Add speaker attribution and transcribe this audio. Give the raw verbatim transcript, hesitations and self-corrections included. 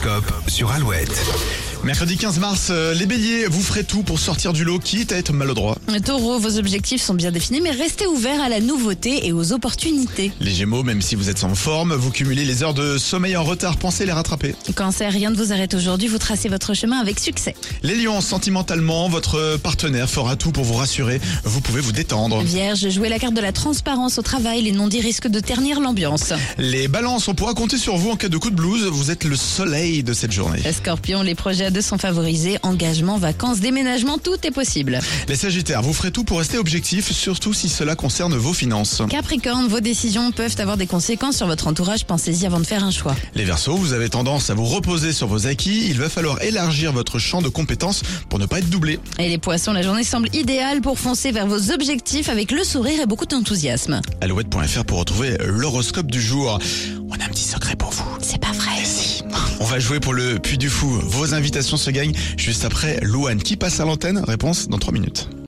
Speaker 1: L'horoscope sur Alouette.
Speaker 2: Mercredi quinze mars, euh, les béliers, vous ferez tout pour sortir du lot, quitte à être maladroit.
Speaker 3: Taureau, vos objectifs sont bien définis, mais restez ouverts à la nouveauté et aux opportunités.
Speaker 2: Les gémeaux, même si vous êtes en forme, vous cumulez les heures de sommeil en retard, pensez les rattraper.
Speaker 3: Cancer, rien ne vous arrête aujourd'hui, vous tracez votre chemin avec succès.
Speaker 2: Les lions, sentimentalement, votre partenaire fera tout pour vous rassurer, vous pouvez vous détendre.
Speaker 3: Vierge, jouez la carte de la transparence au travail, les non-dits risquent de ternir l'ambiance.
Speaker 2: Les balances, on pourra compter sur vous en cas de coup de blues, vous êtes le soleil de cette journée.
Speaker 3: Scorpion, les projets à deux sont favorisés, engagement, vacances, déménagement, tout est possible.
Speaker 2: Les sagittaires, vous ferez tout pour rester objectif, surtout si cela concerne vos finances.
Speaker 3: Capricorne, vos décisions peuvent avoir des conséquences sur votre entourage, pensez-y avant de faire un choix.
Speaker 2: Les verseaux, vous avez tendance à vous reposer sur vos acquis, il va falloir élargir votre champ de compétences pour ne pas être doublé.
Speaker 3: Et les poissons, la journée semble idéale pour foncer vers vos objectifs avec le sourire et beaucoup d'enthousiasme.
Speaker 2: Alouette point F R pour retrouver l'horoscope du jour. On a un petit secret pour vous.
Speaker 3: C'est pas vrai.
Speaker 2: Mais si. On va jouer pour le Puy du Fou. Vos invitations se gagnent juste après Louane qui passe à l'antenne. Réponse dans trois minutes.